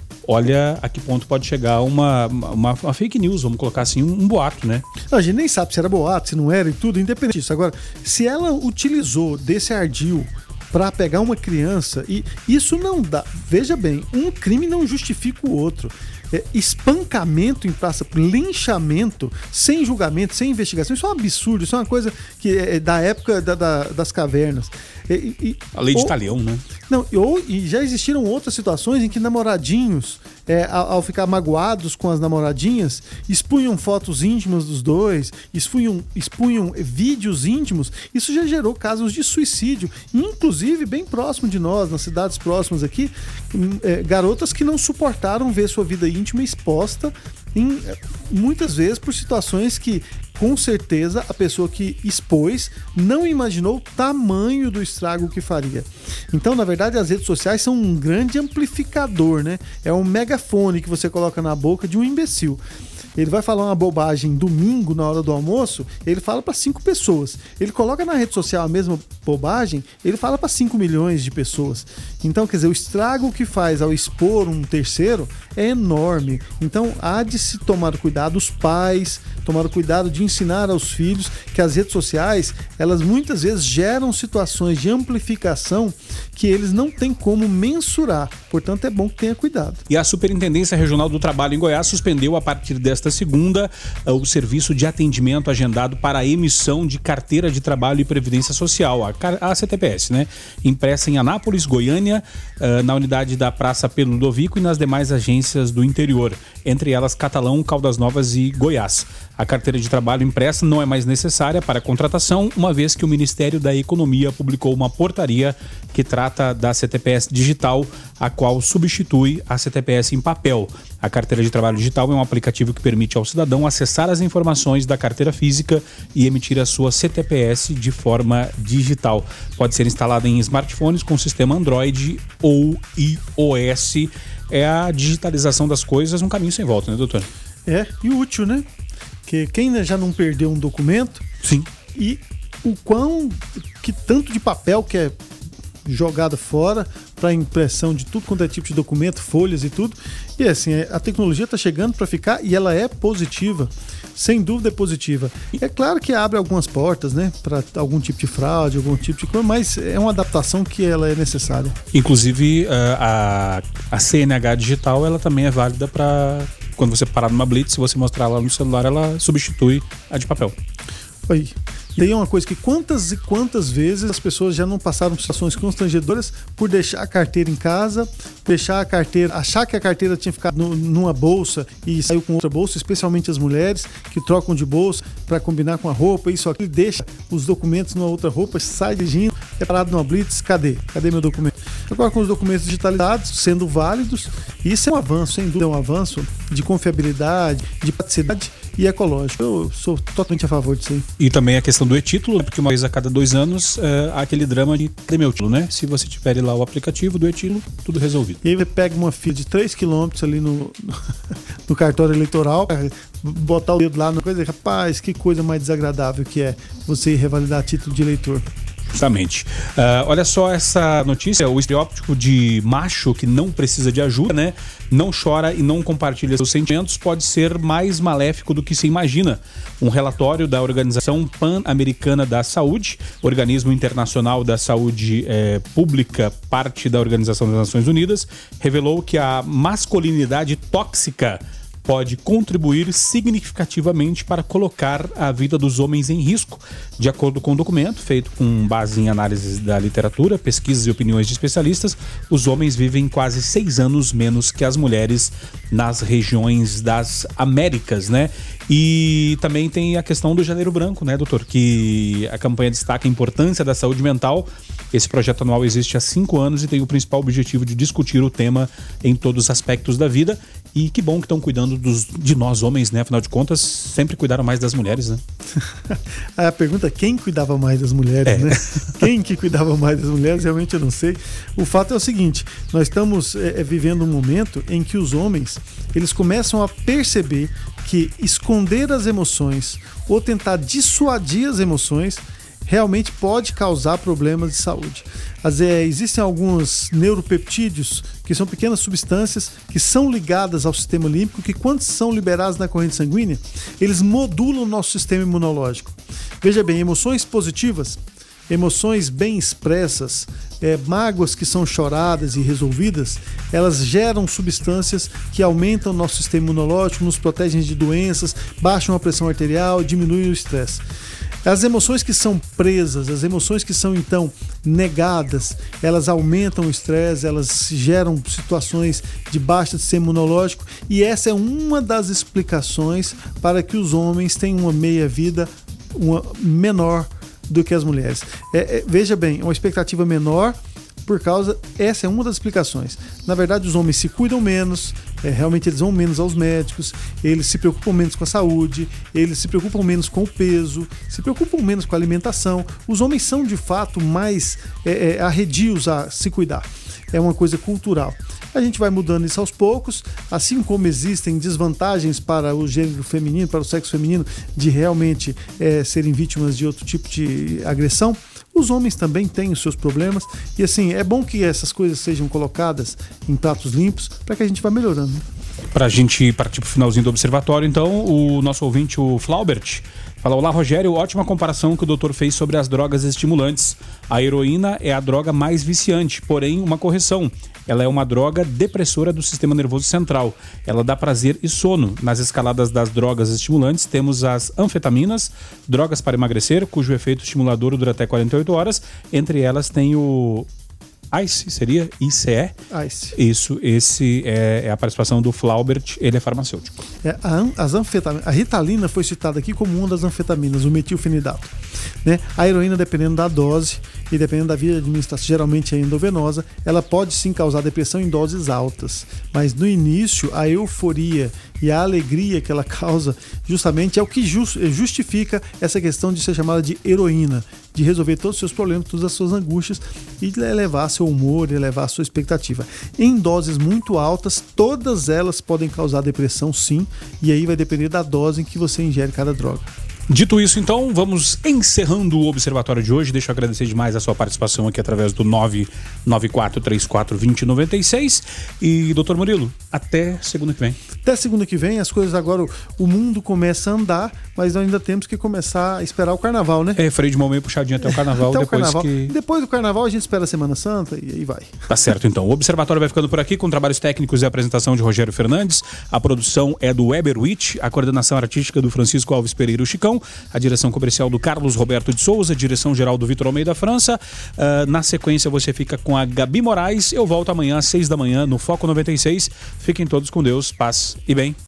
Olha a que ponto pode chegar uma, uma, uma fake news, vamos colocar assim, um, um boato, né? Não, a gente nem sabe se era boato, se não era e tudo, independente disso. Agora, se ela utilizou desse ardil para pegar uma criança, e isso não dá, veja bem, um crime não justifica o outro. É, espancamento em praça, linchamento, sem julgamento, sem investigação, isso é um absurdo, isso é uma coisa que é da época da, da, das cavernas. E, e, a lei de ou, Talião, né? Não, ou, e já existiram outras situações em que namoradinhos, é, ao, ao ficar magoados com as namoradinhas, expunham fotos íntimas dos dois, expunham, expunham vídeos íntimos. Isso já gerou casos de suicídio, inclusive bem próximo de nós, nas cidades próximas aqui, é, garotas que não suportaram ver sua vida íntima exposta, em, muitas vezes por situações que, com certeza, a pessoa que expôs não imaginou o tamanho do estrago que faria. Então, na verdade, as redes sociais são um grande amplificador, né? É um megafone que você coloca na boca de um imbecil. Ele vai falar uma bobagem domingo, na hora do almoço, ele fala para cinco pessoas. Ele coloca na rede social a mesma bobagem, ele fala para cinco milhões de pessoas. Então, quer dizer, o estrago que faz ao expor um terceiro é enorme. Então, há de se tomar cuidado, os pais tomar cuidado de ensinar aos filhos que as redes sociais, elas muitas vezes geram situações de amplificação que eles não têm como mensurar. Portanto, é bom que tenha cuidado. E a Superintendência Regional do Trabalho em Goiás suspendeu a partir desta segunda o serviço de atendimento agendado para a emissão de carteira de trabalho e previdência social, a C T P S, né? Impressa em Anápolis, Goiânia, na unidade da Praça Pedro Ludovico e nas demais agências do interior, entre elas Catalão, Caldas Novas e Goiás. A carteira de trabalho impressa não é mais necessária para a contratação, uma vez que o Ministério da Economia publicou uma portaria que trata da C T P S digital, a qual substitui a C T P S em papel. A carteira de trabalho digital é um aplicativo que permite ao cidadão acessar as informações da carteira física e emitir a sua C T P S de forma digital. Pode ser instalada em smartphones com sistema Android ou iOS. É a digitalização das coisas, um caminho sem volta, né, doutor? É, e útil, né? Porque quem já não perdeu um documento, sim, e o quão, que tanto de papel que é jogado fora para impressão de tudo quanto é tipo de documento, folhas e tudo. E assim, a tecnologia está chegando para ficar e ela é positiva, sem dúvida é positiva. É claro que abre algumas portas, né, para algum tipo de fraude, algum tipo de coisa, mas é uma adaptação que ela é necessária. Inclusive a, a C N H digital, ela também é válida para quando você parar numa blitz, se você mostrar lá no celular, ela substitui a de papel. Aí. Tem uma coisa que quantas e quantas vezes as pessoas já não passaram por situações constrangedoras por deixar a carteira em casa, deixar a carteira, achar que a carteira tinha ficado no, numa bolsa e saiu com outra bolsa, especialmente as mulheres que trocam de bolsa para combinar com a roupa, isso aqui, deixa os documentos numa outra roupa, sai dirigindo, é parado numa blitz, cadê? Cadê meu documento? Agora com os documentos digitalizados, sendo válidos, isso é um avanço, sem dúvida é um avanço de confiabilidade, de praticidade e ecológico. Eu sou totalmente a favor disso aí. E também a questão do e-título, porque uma vez a cada dois anos é, há aquele drama de cadê meu título, né? Se você tiver lá o aplicativo do e-título, tudo resolvido. E aí você pega uma fila de três quilômetros ali no, no cartório eleitoral, botar o dedo lá na coisa, rapaz, que coisa mais desagradável que é você revalidar título de eleitor. Justamente. Uh, olha só essa notícia, o estereótipo de macho que não precisa de ajuda, né? Não chora e não compartilha seus sentimentos pode ser mais maléfico do que se imagina. Um relatório da Organização Pan-Americana da Saúde, organismo internacional da saúde eh, pública, parte da Organização das Nações Unidas, revelou que a masculinidade tóxica pode contribuir significativamente para colocar a vida dos homens em risco. De acordo com o documento, feito com base em análises da literatura, pesquisas e opiniões de especialistas, os homens vivem quase seis anos menos que as mulheres nas regiões das Américas, né? E também tem a questão do Janeiro Branco, né, doutor? Que a campanha destaca a importância da saúde mental. Esse projeto anual existe há cinco anos e tem o principal objetivo de discutir o tema em todos os aspectos da vida. E que bom que estão cuidando dos, de nós homens, né? Afinal de contas, sempre cuidaram mais das mulheres, né? A pergunta é quem cuidava mais das mulheres, é. né? Quem que cuidava mais das mulheres, realmente eu não sei. O fato é o seguinte, nós estamos é, vivendo um momento em que os homens, eles começam a perceber que esconder as emoções ou tentar dissuadir as emoções realmente pode causar problemas de saúde. As, é, existem alguns neuropeptídeos, que são pequenas substâncias que são ligadas ao sistema límbico, que quando são liberados na corrente sanguínea, eles modulam o nosso sistema imunológico. Veja bem, emoções positivas, emoções bem expressas, é, mágoas que são choradas e resolvidas, elas geram substâncias que aumentam o nosso sistema imunológico, nos protegem de doenças, baixam a pressão arterial, diminuem o estresse. As emoções que são presas, as emoções que são então negadas, elas aumentam o estresse, elas geram situações de baixa sistema imunológico e essa é uma das explicações para que os homens tenham uma meia-vida uma menor do que as mulheres. É, é, veja bem, uma expectativa menor por causa, essa é uma das explicações. Na verdade, os homens se cuidam menos, é, realmente eles vão menos aos médicos, eles se preocupam menos com a saúde, eles se preocupam menos com o peso, se preocupam menos com a alimentação. Os homens são, de fato, mais é, é, arredios a se cuidar. É uma coisa cultural. A gente vai mudando isso aos poucos, assim como existem desvantagens para o gênero feminino, para o sexo feminino, de realmente é, serem vítimas de outro tipo de agressão. Os homens também têm os seus problemas e assim, é bom que essas coisas sejam colocadas em pratos limpos para que a gente vá melhorando. Para a gente partir para o finalzinho do observatório, então, o nosso ouvinte, o Flaubert, fala: olá, Rogério, ótima comparação que o doutor fez sobre as drogas estimulantes. A heroína é a droga mais viciante, porém, uma correção. Ela é uma droga depressora do sistema nervoso central. Ela dá prazer e sono. Nas escaladas das drogas estimulantes, temos as anfetaminas, drogas para emagrecer, cujo efeito estimulador dura até quarenta e oito horas. Entre elas tem o ICE, seria? I C E? ICE. Isso, esse é, é a participação do Flaubert, ele é farmacêutico. É, a, as anfetaminas, a Ritalina foi citada aqui como uma das anfetaminas, o metilfenidato. Né? A heroína, dependendo da dose e dependendo da via de administração, geralmente é endovenosa, ela pode sim causar depressão em doses altas, mas no início a euforia e a alegria que ela causa justamente é o que justifica essa questão de ser chamada de heroína, de resolver todos os seus problemas, todas as suas angústias e elevar seu humor, elevar a sua expectativa. Em doses muito altas, todas elas podem causar depressão sim, e aí vai depender da dose em que você ingere cada droga. Dito isso, então, vamos encerrando o Observatório de hoje. Deixa eu agradecer demais a sua participação aqui através do nove nove quatro três quatro dois zero nove seis. E, doutor Murilo, até segunda que vem. Até segunda que vem, as coisas agora, o mundo começa a andar, mas nós ainda temos que começar a esperar o carnaval, né? É, freio de mão meio puxadinho até o carnaval. Até depois o carnaval. Que... Depois do carnaval a gente espera a Semana Santa e aí vai. Tá certo, então. O Observatório vai ficando por aqui com trabalhos técnicos e apresentação de Rogério Fernandes. A produção é do Weber Witt, a coordenação artística do Francisco Alves Pereira, o Chicão, a direção comercial do Carlos Roberto de Souza, direção geral do Vitor Almeida França. Uh, na sequência você fica com a Gabi Moraes. Eu volto amanhã às seis da manhã no Foco noventa e seis. Fiquem todos com Deus, paz e bem.